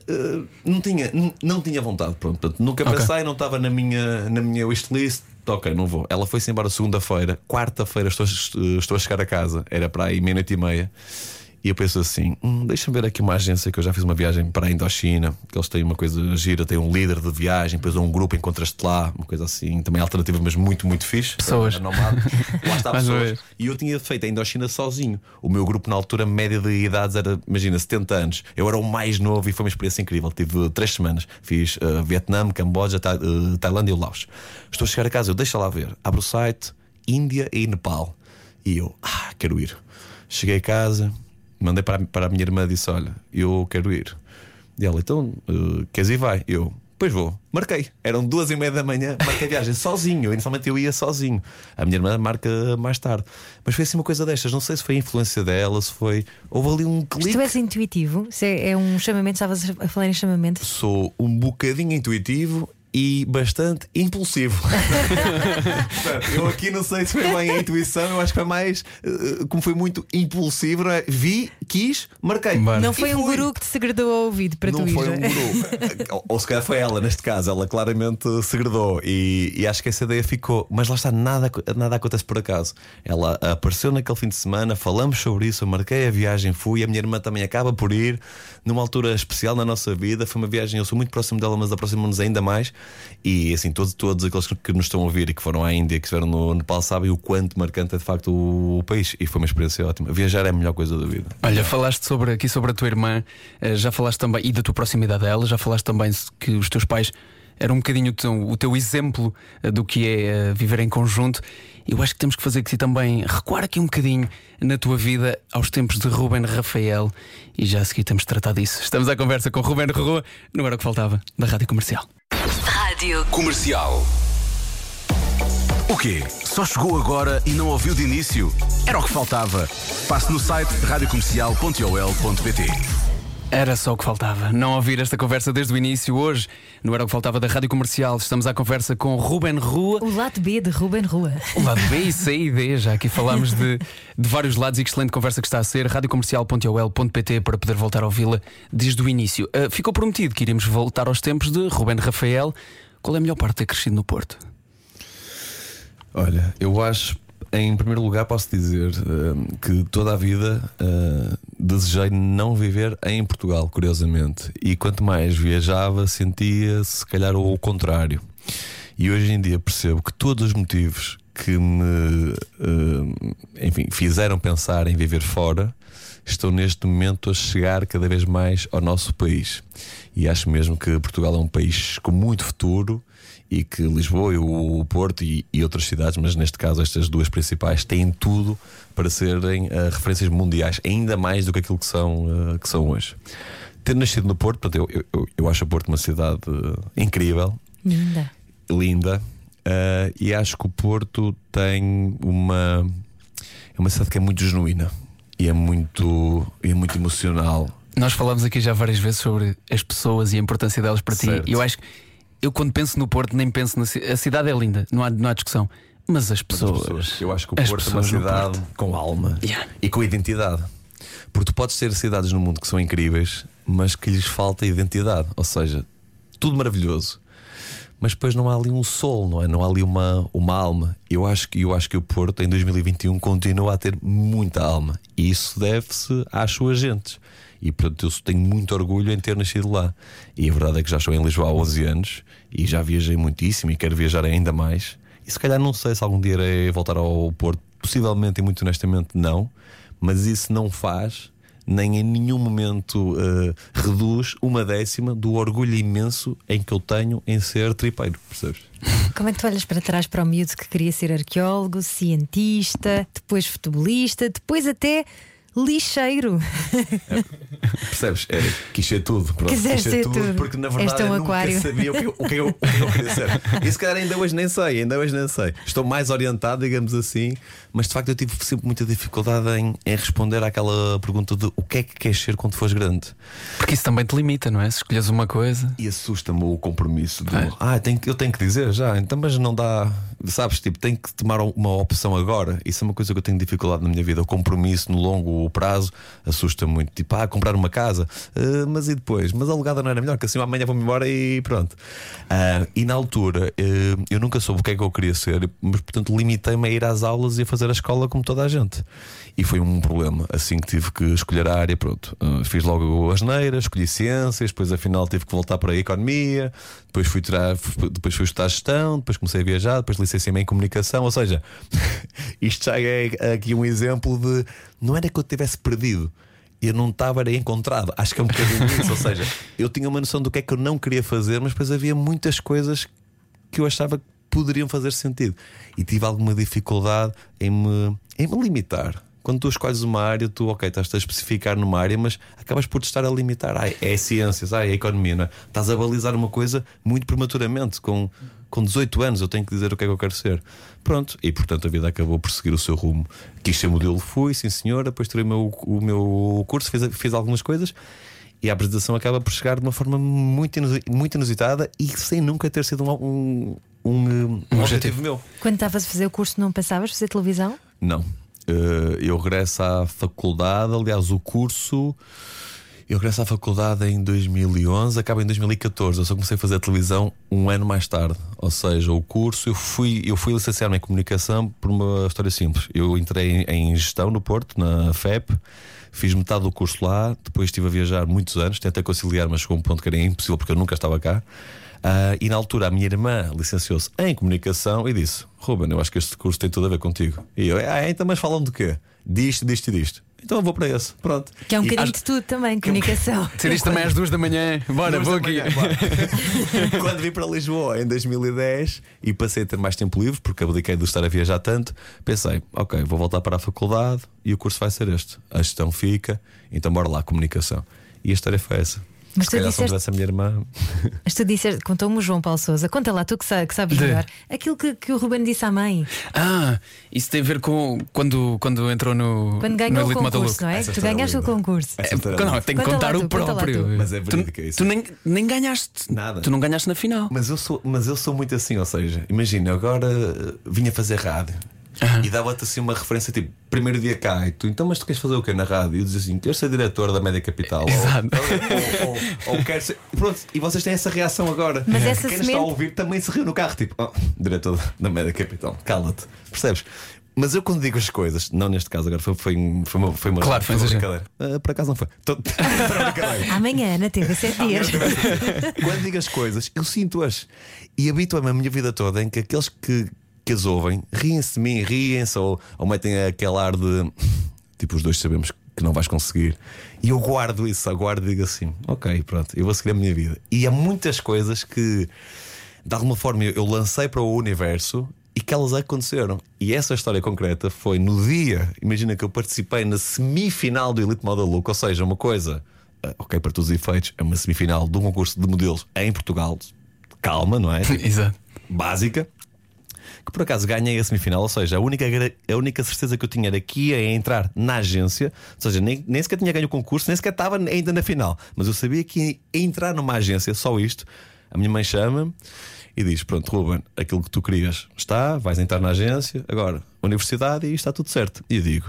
não tinha vontade, pronto. Portanto, nunca pensei, não estava na minha wishlist. Ok, não vou. Ela foi-se embora segunda-feira. Quarta-feira estou a chegar a casa. Era para aí 00:30. E eu penso assim: deixa-me ver aqui uma agência, que eu já fiz uma viagem para a Indochina, que eles têm uma coisa gira, tem um líder de viagem, depois um grupo, encontras-te lá, uma coisa assim, também alternativa, mas muito, muito fixe. Pessoas. Lá está pessoas. E eu tinha feito a Indochina sozinho. O meu grupo, na altura, média de idades era, imagina, 70 anos. Eu era o mais novo e foi uma experiência incrível. Tive 3 semanas. Fiz Vietnã, Camboja, Tailândia e Laos. Estou a chegar a casa, eu deixo lá ver. Abro o site, Índia e Nepal. E eu, quero ir. Cheguei a casa, mandei para a minha irmã e disse: olha, eu quero ir. E ela: então, queres ir? Vai. Eu: pois vou. Marquei. Eram 2:30 da manhã, marquei a viagem sozinho. Inicialmente eu ia sozinho. A minha irmã marca mais tarde. Mas foi assim uma coisa destas. Não sei se foi a influência dela, se foi. Houve ali um clique. Tu és intuitivo? Se é um chamamento, estavas a falar em chamamento? Sou um bocadinho intuitivo e bastante impulsivo. Portanto, eu aqui não sei se foi bem a intuição, eu acho que foi mais como foi muito impulsivo, não é? Vi, quis, marquei. Não foi um guru que te segredou ao ouvido para não tu ir. Não foi um guru. Ou se calhar foi ela, neste caso. Ela claramente segredou. E acho que essa ideia ficou. Mas lá está, nada acontece por acaso. Ela apareceu naquele fim de semana, falamos sobre isso, eu marquei a viagem, fui. A minha irmã também acaba por ir numa altura especial na nossa vida. Foi uma viagem, eu sou muito próximo dela, mas aproximamos-nos ainda mais. E assim, todos aqueles que nos estão a ouvir e que foram à Índia, que estiveram no Nepal, sabem o quanto marcante é de facto o país. E foi uma experiência ótima. Viajar é a melhor coisa da vida. Olha, falaste aqui sobre a tua irmã, já falaste também, e da tua proximidade a ela, já falaste também que os teus pais eram um bocadinho o teu exemplo do que é viver em conjunto. Eu acho que temos que fazer aqui também, recuar aqui um bocadinho na tua vida aos tempos de Ruben Rafael, e já a seguir temos de tratar disso. Estamos à conversa com Ruben Rua, não era o que faltava, da Rádio Comercial. Rádio Comercial. O quê? Só chegou agora e não ouviu de início? Era o que faltava. Passe no site radiocomercial.ol.pt. Era só o que faltava, não ouvir esta conversa desde o início. Hoje, não era o que faltava da Rádio Comercial. Estamos à conversa com Ruben Rua. O lado B de Ruben Rua. O lado B e C e D. Já aqui falámos de vários lados, e que excelente conversa que está a ser. radiocomercial.ol.pt para poder voltar a ouvi-la desde o início. Ficou prometido que iremos voltar aos tempos de Ruben Rafael. Qual é a melhor parte de ter crescido no Porto? Olha, eu acho, em primeiro lugar, posso dizer que toda a vida desejei não viver em Portugal, curiosamente. E quanto mais viajava, sentia se calhar o contrário. E hoje em dia percebo que todos os motivos que me fizeram pensar em viver fora estão neste momento a chegar cada vez mais ao nosso país. E acho mesmo que Portugal é um país com muito futuro, e que Lisboa e o Porto e outras cidades, mas neste caso estas duas principais, têm tudo para serem referências mundiais, ainda mais do que aquilo que são hoje. Ter nascido no Porto, portanto, eu acho o Porto uma cidade incrível, linda, e acho que o Porto tem é uma cidade que é muito genuína e é muito emocional. Nós falamos aqui já várias vezes sobre as pessoas e a importância delas para ti. E eu acho que eu, quando penso no Porto, nem penso a cidade é linda, não há discussão. Mas as pessoas. Eu acho que o Porto é uma cidade com alma e com identidade. Porque tu podes ter cidades no mundo que são incríveis, mas que lhes falta identidade. Ou seja, tudo maravilhoso, mas depois não há ali um sol, não é? Não há ali uma alma. Eu acho que o Porto em 2021 continua a ter muita alma, e isso deve-se às suas gentes. E portanto eu tenho muito orgulho em ter nascido lá. E a verdade é que já estou em Lisboa há 11 anos e já viajei muitíssimo e quero viajar ainda mais. E se calhar não sei se algum dia irei voltar ao Porto. Possivelmente e muito honestamente não. Mas isso não faz, nem em nenhum momento reduz uma décima do orgulho imenso em que eu tenho em ser tripeiro, percebes? Como é que tu olhas para trás para o miúdo que queria ser arqueólogo, cientista, depois futebolista, depois até lixeiro? Percebes? Quis ser tudo. Quiseste ser tudo. Porque na verdade eu nunca sabia o que eu queria ser. E se calhar ainda hoje nem sei. Estou mais orientado, digamos assim. Mas de facto eu tive sempre muita dificuldade em responder àquela pergunta de o que é que queres ser quando fores grande. Porque isso também te limita, não é? Se escolhes uma coisa. E assusta-me o compromisso de eu tenho que dizer já, então, mas não dá. Sabes, tipo, tenho que tomar uma opção agora. Isso é uma coisa que eu tenho dificuldade na minha vida. O compromisso no longo prazo assusta muito. Tipo, comprar uma casa, mas e depois? Mas a alugada não era melhor, que assim amanhã vou-me embora e pronto. E na altura eu nunca soube o que é que eu queria ser, mas portanto limitei-me a ir às aulas e a fazer a escola como toda a gente. E foi um problema. Assim que tive que escolher a área, pronto, fiz logo as neiras, escolhi ciências, depois afinal tive que voltar para a economia, depois fui estudar gestão, depois comecei a viajar, depois licenciei-me em comunicação. Ou seja, isto já é aqui um exemplo de não era que eu tivesse perdido, eu não estava encontrado. Acho que é um bocadinho isso. Ou seja, eu tinha uma noção do que é que eu não queria fazer, mas depois havia muitas coisas que eu achava que poderiam fazer sentido. E tive alguma dificuldade em me limitar. Quando tu escolhes uma área, tu estás a especificar numa área, mas acabas por te estar a limitar. É ciências, é economia, não é? Estás a balizar uma coisa muito prematuramente. Com 18 anos eu tenho que dizer o que é que eu quero ser. Pronto, e portanto a vida acabou por seguir o seu rumo. Quis ser modelo, fui, sim senhora. Depois tirei o meu curso, fiz algumas coisas. E a apresentação acaba por chegar de uma forma muito inusitada e sem nunca ter sido um objetivo meu. Quando estavas a fazer o curso, não pensavas fazer televisão? Não. Eu regresso à faculdade. Aliás, o curso, eu regresso à faculdade em 2011, acaba em 2014. Eu só comecei a fazer televisão um ano mais tarde. Ou seja, o curso, eu fui licenciar-me em comunicação por uma história simples. Eu entrei em gestão no Porto, na FEP. Fiz metade do curso lá, depois estive a viajar muitos anos, tentei conciliar, mas chegou um ponto que era impossível porque eu nunca estava cá. E na altura a minha irmã licenciou-se em comunicação e disse: Ruben, eu acho que este curso tem tudo a ver contigo. E eu: então, mas falam de quê? Disto, disto e disto. Então eu vou para esse, pronto. Que é um bocadinho de tudo também, comunicação. Ser isto também às 2 da manhã. Bora, vou aqui. Quando vim para Lisboa em 2010 e passei a ter mais tempo livre, porque abdiquei de estar a viajar tanto, pensei: ok, vou voltar para a faculdade e o curso vai ser este. A gestão fica, então bora lá, comunicação. E a história foi essa. Mas se calhar se não tivesse a minha irmã. Mas tu disseste, contou-me o João Paulo Sousa. Conta lá, tu que sabes melhor. Aquilo que o Ruben disse à mãe. Isso tem a ver com quando entrou no. Quando ganhou no o Elite concurso, não é? Tu ganhaste o concurso. Não, tem que contar o próprio. Mas é verídico isso. Tu nem ganhaste nada. Tu não ganhaste na final. Mas eu sou muito assim, ou seja, imagina, agora vinha fazer rádio. E dava-te assim uma referência tipo: primeiro dia cá, e tu, então, mas tu queres fazer o quê na rádio? E eu dizia assim: quero ser diretor da Média Capital. Exato. Ou quero ser. Pronto, e vocês têm essa reação agora. Mas essa quem semente... está a ouvir também se riu no carro, tipo: diretor da Média Capital, cala-te. Percebes? Mas eu quando digo as coisas, não neste caso agora, foi uma claro, foi uma brincadeira. Por acaso não foi. Amanhã, na TV 7 dias. Quando digo as coisas, eu sinto-as. E habituo-me a minha vida toda em que aqueles que as ouvem riem-se de mim, riem-se ou metem aquele ar de tipo: os dois sabemos que não vais conseguir. E eu guardo isso, e digo assim: ok, pronto, eu vou seguir a minha vida. E há muitas coisas que de alguma forma eu lancei para o universo e que elas aconteceram. E essa história concreta foi no dia, imagina, que eu participei na semifinal do Elite Model Look. Ou seja, uma coisa, ok, para todos os efeitos, é uma semifinal de um concurso de modelos em Portugal. Calma, não é? Exato. Básica. Que por acaso ganhei a semifinal. Ou seja, a única certeza que eu tinha era que ia entrar na agência. Ou seja, nem sequer tinha ganho o concurso, nem sequer estava ainda na final. Mas eu sabia que ia entrar numa agência. Só isto. A minha mãe chama-me e diz: pronto, Ruben, aquilo que tu querias está, vais entrar na agência. Agora, universidade, e está tudo certo. E eu digo: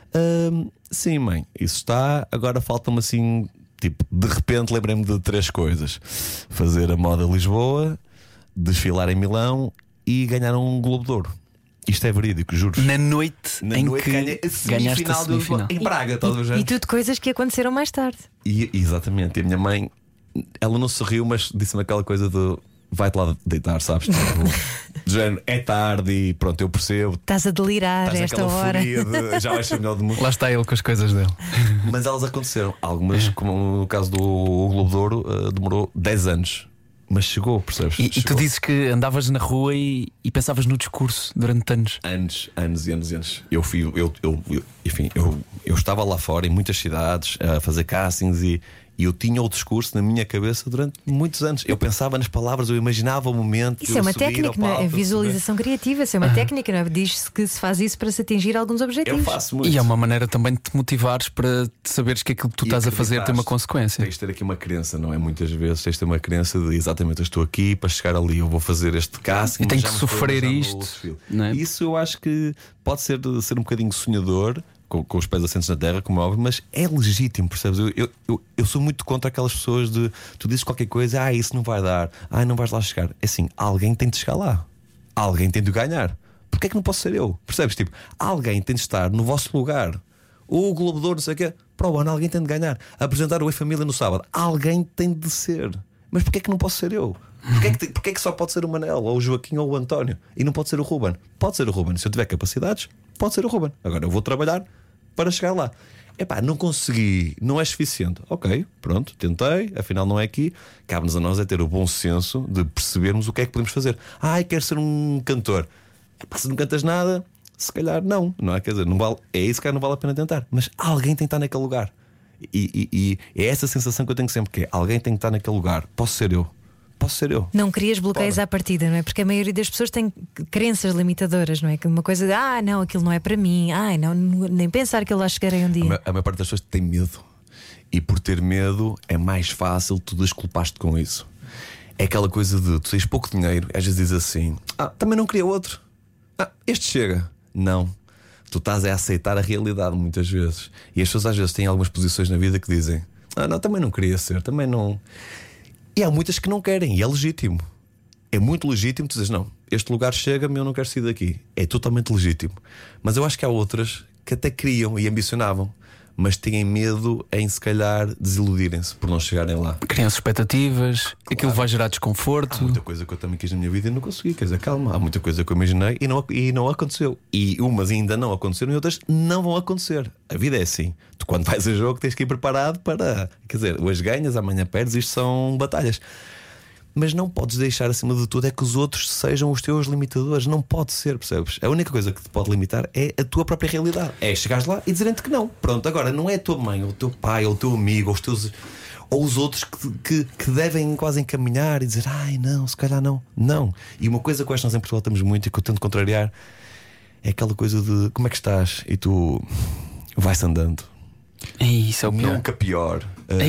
sim, mãe, isso está. Agora falta-me assim, tipo, de repente lembrei-me de 3 coisas: fazer a moda Lisboa, desfilar em Milão e ganhar um Globo de Ouro. Isto é verídico, juro. Na noite em que ganhaste a semifinal em Braga, e tudo coisas que aconteceram mais tarde. Exatamente. E a minha mãe, ela não sorriu, mas disse-me aquela coisa de: vai-te lá deitar, sabes? De género, é tarde e pronto, eu percebo. Estás a delirar esta hora. Já vais ser melhor do mundo. Lá está ele com as coisas dele. Mas elas aconteceram. Algumas, como no caso do Globo de Ouro, demorou 10 anos. Mas chegou, percebes? E tu dizes que andavas na rua e pensavas no discurso durante anos. Anos e anos. Eu estava lá fora em muitas cidades a fazer castings e eu tinha o discurso na minha cabeça durante muitos anos. Eu pensava nas palavras, eu imaginava o momento. Isso é uma técnica, não é? Visualização criativa, isso é uma técnica, não é? Diz-se que se faz isso para se atingir alguns objetivos. Eu faço muito. E é uma maneira também de te motivares para saberes que aquilo que tu estás a fazer tem uma consequência. Tens de ter aqui uma crença, não é? Muitas vezes tens de ter uma crença de: exatamente, eu estou aqui para chegar ali, eu vou fazer este casting. E tenho que sofrer isto, não é? Isso eu acho que pode ser um bocadinho sonhador, com os pés assentos na terra, como é óbvio, mas é legítimo, percebes? Eu sou muito contra aquelas pessoas de: tu dizes qualquer coisa, isso não vai dar, não vais lá chegar. É assim, alguém tem de chegar lá, alguém tem de ganhar. Porquê é que não posso ser eu? Percebes? Tipo, alguém tem de estar no vosso lugar. O Globo de Ouro, não sei o quê, para o ano alguém tem de ganhar. Apresentar o Oi Família no sábado, alguém tem de ser. Mas porquê é que não posso ser eu? Porquê é que só pode ser o Manel, ou o Joaquim, ou o António, e não pode ser o Ruben? Pode ser o Ruben, se eu tiver capacidades, pode ser o Ruben. Agora eu vou trabalhar para chegar lá. Não consegui, não é suficiente. Ok, pronto, tentei, afinal não é aqui. Cabe-nos a nós é ter o bom senso de percebermos o que é que podemos fazer. Quero ser um cantor. Se não cantas nada, se calhar não é? Quer dizer, não vale, é isso que não vale a pena tentar. Mas alguém tem que estar naquele lugar. E é essa sensação que eu tenho sempre, que é: alguém tem que estar naquele lugar. Posso ser eu. Não crias bloqueios à partida, não é? Porque a maioria das pessoas tem crenças limitadoras, não é? Que uma coisa de: não, aquilo não é para mim, não, nem pensar que eu lá chegarei um dia. A maior parte das pessoas tem medo. E por ter medo é mais fácil tu desculpaste com isso. É aquela coisa de tu tens pouco dinheiro, às vezes dizes assim: também não queria outro. Este chega. Não. Tu estás a aceitar a realidade muitas vezes. E as pessoas às vezes têm algumas posições na vida que dizem: não, também não queria ser, também não. E há muitas que não querem, e é legítimo. É muito legítimo tu dizes: não, este lugar chega-me, eu não quero sair daqui. É totalmente legítimo. Mas eu acho que há outras que até queriam e ambicionavam, mas têm medo em se calhar desiludirem-se por não chegarem lá. Criam expectativas, aquilo vai gerar desconforto. Há muita coisa que eu também quis na minha vida e não consegui. Quer dizer, calma, há muita coisa que eu imaginei e não aconteceu. E umas ainda não aconteceram e outras não vão acontecer. A vida é assim. Tu quando vais a jogo tens que ir preparado para, quer dizer, hoje ganhas, amanhã perdes. Isto são batalhas. Mas não podes deixar, acima de tudo, é que os outros sejam os teus limitadores. Não pode ser, percebes? A única coisa que te pode limitar é a tua própria realidade. É chegares lá e dizerem-te que não. Pronto, agora não é a tua mãe, ou o teu pai, ou o teu amigo, ou os teus, ou os outros que devem quase encaminhar e dizer: ai não, se calhar não. Não. E uma coisa que eu acho que nós em Portugal temos muito e que eu tento contrariar é aquela coisa de como é que estás? E tu vais andando. Isso é o pior. Nunca pior.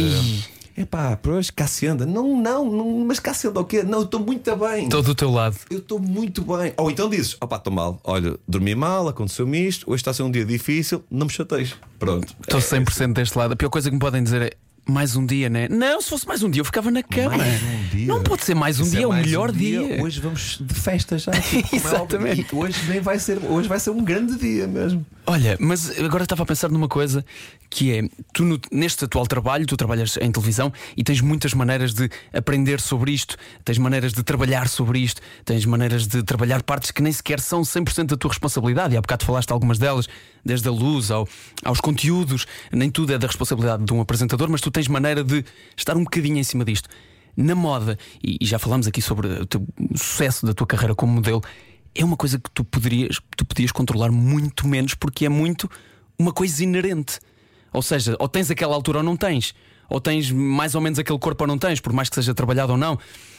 Epá, pois cá se anda. Não, mas cá se anda o quê? Não, eu estou muito bem. Estou do teu lado. Eu estou muito bem. Ou então dizes: opá, estou mal. Olha, dormi mal, aconteceu-me isto. Hoje está a ser um dia difícil, não me chateis. Pronto. Estou 100% deste lado. A pior coisa que me podem dizer é: mais um dia, né? Não, se fosse mais um dia eu ficava na cama. Mais um dia. Não pode ser mais um dia, é o melhor dia. Hoje vamos de festa já. Exatamente. Hoje vai ser um grande dia mesmo. Olha, mas agora estava a pensar numa coisa que é: tu neste atual trabalho, tu trabalhas em televisão e tens muitas maneiras de aprender sobre isto, tens maneiras de trabalhar sobre isto, tens maneiras de trabalhar partes que nem sequer são 100% da tua responsabilidade. E há bocado falaste algumas delas, desde a luz aos conteúdos. Nem tudo é da responsabilidade de um apresentador, mas tu tens maneira de estar um bocadinho em cima disto. Na moda, e já falamos aqui sobre o sucesso da tua carreira como modelo, é uma coisa que tu podias controlar muito menos, porque é muito uma coisa inerente. Ou seja, ou tens aquela altura ou não tens, ou tens mais ou menos aquele corpo ou não tens, por mais que seja trabalhado ou não.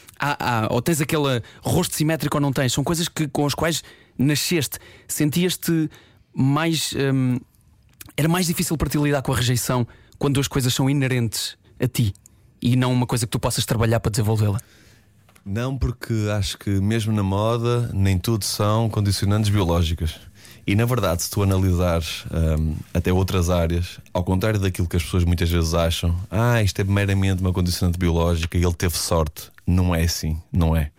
Ou tens aquele rosto simétrico ou não tens. São coisas com as quais nasceste. Sentias-te mais era mais difícil para ti lidar com a rejeição quando as coisas são inerentes a ti e não uma coisa que tu possas trabalhar para desenvolvê-la? Não, porque acho que mesmo na moda nem tudo são condicionantes biológicas. E na verdade, se tu analisares até outras áreas, ao contrário daquilo que as pessoas muitas vezes acham, isto é meramente uma condicionante biológica e ele teve sorte. Não é assim, não é.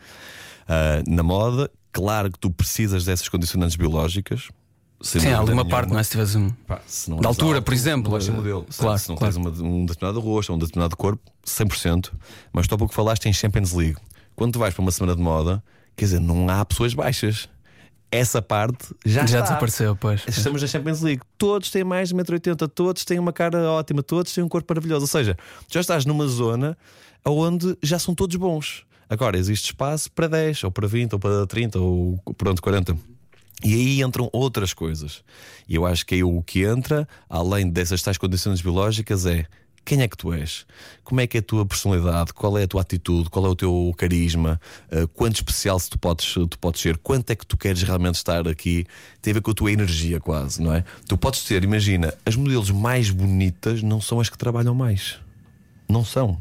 Na moda, claro que tu precisas dessas condicionantes biológicas. Sim, há alguma parte, não é? Se tiveres da altura, alto, por exemplo, modelo. Claro, se não tens um determinado rosto ou um determinado corpo, 100%. Mas tu há pouco falaste em Champions League. Quando tu vais para uma semana de moda, quer dizer, não há pessoas baixas. Essa parte já desapareceu, pois. Estamos na Champions League. Todos têm mais de 1,80m, todos têm uma cara ótima, todos têm um corpo maravilhoso. Ou seja, já estás numa zona onde já são todos bons. Agora existe espaço para 10, ou para 20, ou para 30, ou pronto, 40. E aí entram outras coisas. E eu acho que aí o que entra, além dessas tais condições biológicas, é: quem é que tu és? Como é que é a tua personalidade? Qual é a tua atitude? Qual é o teu carisma? Quanto especial tu podes ser? Quanto é que tu queres realmente estar aqui? Tem a ver com a tua energia quase, não é? Tu podes ter, imagina, as modelos mais bonitas não são as que trabalham mais. Não são.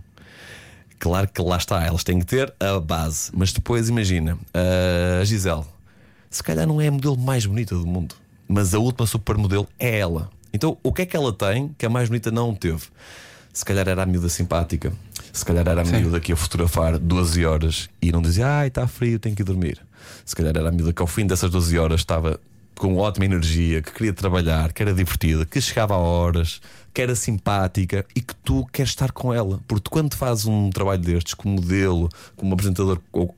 Claro que lá está, elas têm que ter a base. Mas depois imagina, a Gisele se calhar não é a modelo mais bonita do mundo, mas a última supermodelo é ela. Então o que é que ela tem que a mais bonita não teve? Se calhar era a miúda simpática. Se calhar era a miúda que ia fotografar 12 horas e não dizia: está frio, tenho que ir dormir. Se calhar era a miúda que ao fim dessas 12 horas estava com ótima energia, que queria trabalhar, que era divertida, que chegava a horas, que era simpática e que tu queres estar com ela. Porque quando fazes um trabalho destes como modelo, como apresentador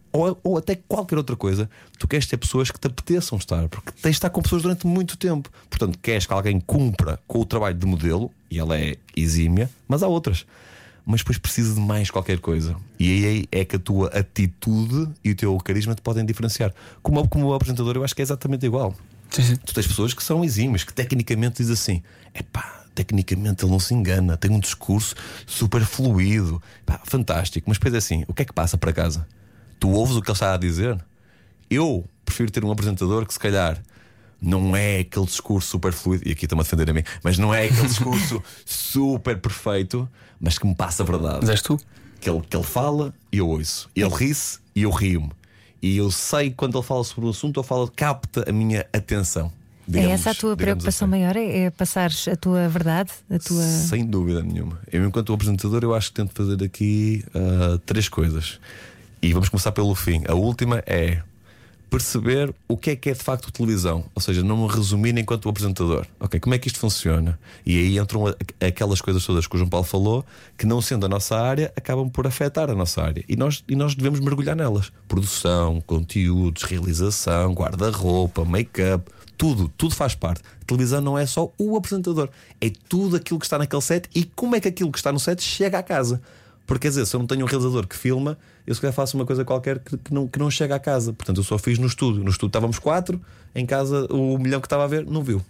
ou até qualquer outra coisa, tu queres ter pessoas que te apeteçam estar, porque tens de estar com pessoas durante muito tempo. Portanto, queres que alguém cumpra com o trabalho de modelo, e ela é exímia, mas há outras. Mas depois precisa de mais qualquer coisa. E aí é que a tua atitude e o teu carisma te podem diferenciar. Como apresentador, eu acho que é exatamente igual. Sim. Tu tens pessoas que são exímias, que tecnicamente dizem assim: tecnicamente ele não se engana, tem um discurso super fluido, fantástico. Mas depois é assim: o que é que passa para casa? Tu ouves o que ele está a dizer? Eu prefiro ter um apresentador que se calhar não é aquele discurso super fluido, e aqui estou-me a defender a mim, mas não é aquele discurso super perfeito, mas que me passa a verdade. Mas és tu? Que ele fala e eu ouço. Ele ri-se e eu rio-me. E eu sei quando ele fala sobre o assunto, ele fala, capta a minha atenção. É essa a tua preocupação assim. maior? É passares a tua verdade? Sem dúvida nenhuma. Eu, enquanto apresentador, eu acho que tento fazer aqui 3 coisas. E vamos começar pelo fim. A última é perceber o que é de facto televisão. Ou seja, não me resumir enquanto apresentador. Ok, como é que isto funciona? E aí entram aquelas coisas todas que o João Paulo falou, que não sendo a nossa área, acabam por afetar a nossa área. E nós devemos mergulhar nelas. Produção, conteúdos, realização, guarda-roupa, make-up, tudo faz parte. A televisão não é só o apresentador, é tudo aquilo que está naquele set e como é que aquilo que está no set chega à casa. Porque quer dizer, se eu não tenho um realizador que filma, eu se calhar faço uma coisa qualquer que não chega à casa. Portanto, eu só fiz no estúdio. No estúdio estávamos 4, em casa o milhão que estava a ver não viu.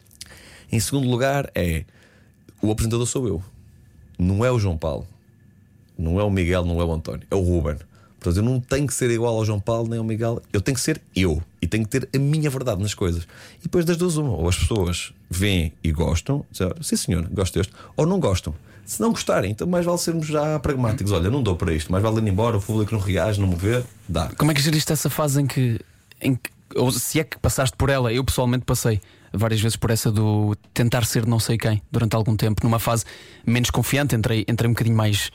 Em segundo lugar o apresentador sou eu. Não é o João Paulo, não é o Miguel, não é o António, é o Ruben. Portanto, eu não tenho que ser igual ao João Paulo nem ao Miguel. Eu tenho que ser eu. E tenho que ter a minha verdade nas coisas. E depois das duas uma, ou as pessoas veem e gostam, dizem, sim senhor, gosto deste, ou não gostam. Se não gostarem, então mais vale sermos já pragmáticos. Olha, não dou para isto, mais vale ir embora, o público não reage, não me vê, dá. Como é que geriste essa fase em que ou se é que passaste por ela? Eu pessoalmente passei várias vezes por essa do tentar ser não sei quem durante algum tempo, numa fase menos confiante. Entrei um bocadinho mais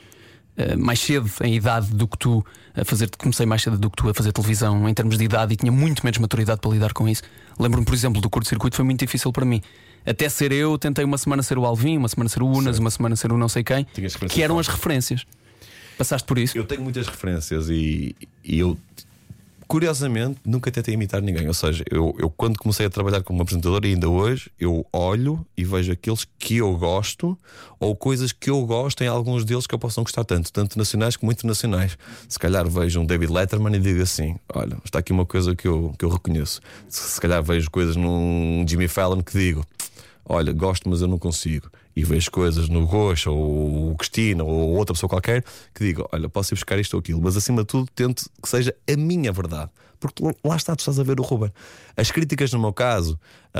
cedo em idade do que tu a fazer. Comecei mais cedo do que tu a fazer televisão em termos de idade e tinha muito menos maturidade para lidar com isso. Lembro-me, por exemplo, do curto-circuito, foi muito difícil para mim. Até ser eu, tentei uma semana ser o Alvin, uma semana ser o Unas, uma semana ser o não sei quem, que eram as referências. Passaste por isso? Eu tenho muitas referências e eu, curiosamente, nunca tentei imitar ninguém. Ou seja, eu quando comecei a trabalhar como apresentador, e ainda hoje, eu olho e vejo aqueles que eu gosto, ou coisas que eu gosto em alguns deles que eu posso não gostar tanto nacionais como internacionais. Se calhar vejo um David Letterman e digo assim: olha, está aqui uma coisa que eu reconheço. Se calhar vejo coisas num Jimmy Fallon que digo: olha, gosto, mas eu não consigo. E vejo coisas no Gosha ou o Cristina ou outra pessoa qualquer que digo: olha, posso ir buscar isto ou aquilo. Mas acima de tudo tento que seja a minha verdade. Porque lá está, tu estás a ver o Ruben. As críticas no meu caso,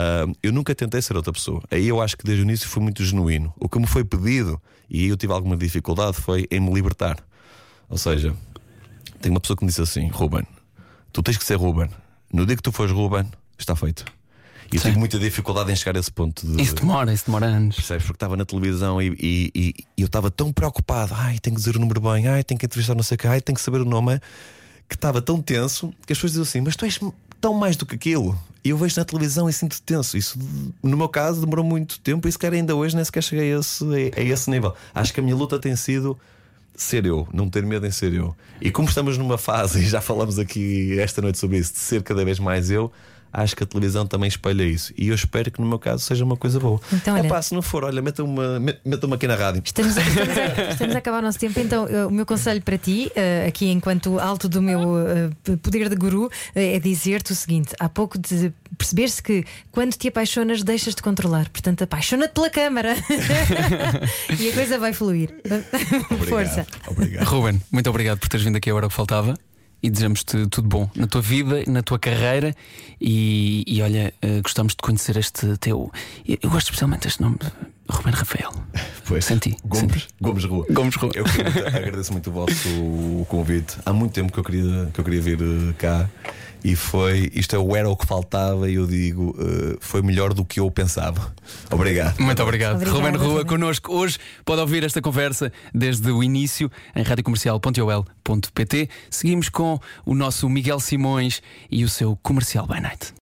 eu nunca tentei ser outra pessoa. Aí eu acho que desde o início foi muito genuíno. O que me foi pedido, e aí eu tive alguma dificuldade, foi em me libertar. Ou seja, tem uma pessoa que me disse assim: Ruben, tu tens que ser Ruben. No dia que tu fores Ruben, está feito. E eu tive muita dificuldade em chegar a esse ponto de... Isso demora anos. Percebes? Porque estava na televisão e eu estava tão preocupado. Tenho que dizer o número bem, tenho que entrevistar não sei o que, tenho que saber o nome. Que estava tão tenso que as pessoas diziam assim: mas tu és tão mais do que aquilo. E eu vejo na televisão e sinto tenso. Isso, no meu caso, demorou muito tempo. E se calhar ainda hoje nem sequer cheguei a esse nível. Acho que a minha luta tem sido ser eu, não ter medo em ser eu. E como estamos numa fase, e já falamos aqui esta noite sobre isso, de ser cada vez mais eu, acho que a televisão também espelha isso. E eu espero que no meu caso seja uma coisa boa. Então, olha, se não for, olha, meta-me aqui na rádio. Estamos a acabar o nosso tempo. Então o meu conselho para ti, aqui enquanto alto do meu poder de guru, é dizer-te o seguinte: há pouco de perceber-se que quando te apaixonas deixas de controlar. Portanto, apaixona-te pela câmara e a coisa vai fluir. Obrigado, força. Obrigado. Ruben, muito obrigado por teres vindo aqui a hora que faltava. E desejamos-te tudo bom na tua vida, na tua carreira. E olha, gostamos de conhecer este teu. Eu gosto especialmente deste nome, Ruben Rafael. Pois, senti. Gomes Rua. Eu agradeço muito o vosso convite. Há muito tempo que eu queria vir cá. E isto era o que faltava. E eu digo, foi melhor do que eu pensava. Obrigado. Muito obrigado. Ruben Rua connosco hoje. Pode ouvir esta conversa desde o início em radiocomercial.ol.pt. Seguimos com o nosso Miguel Simões e o seu Comercial by Night.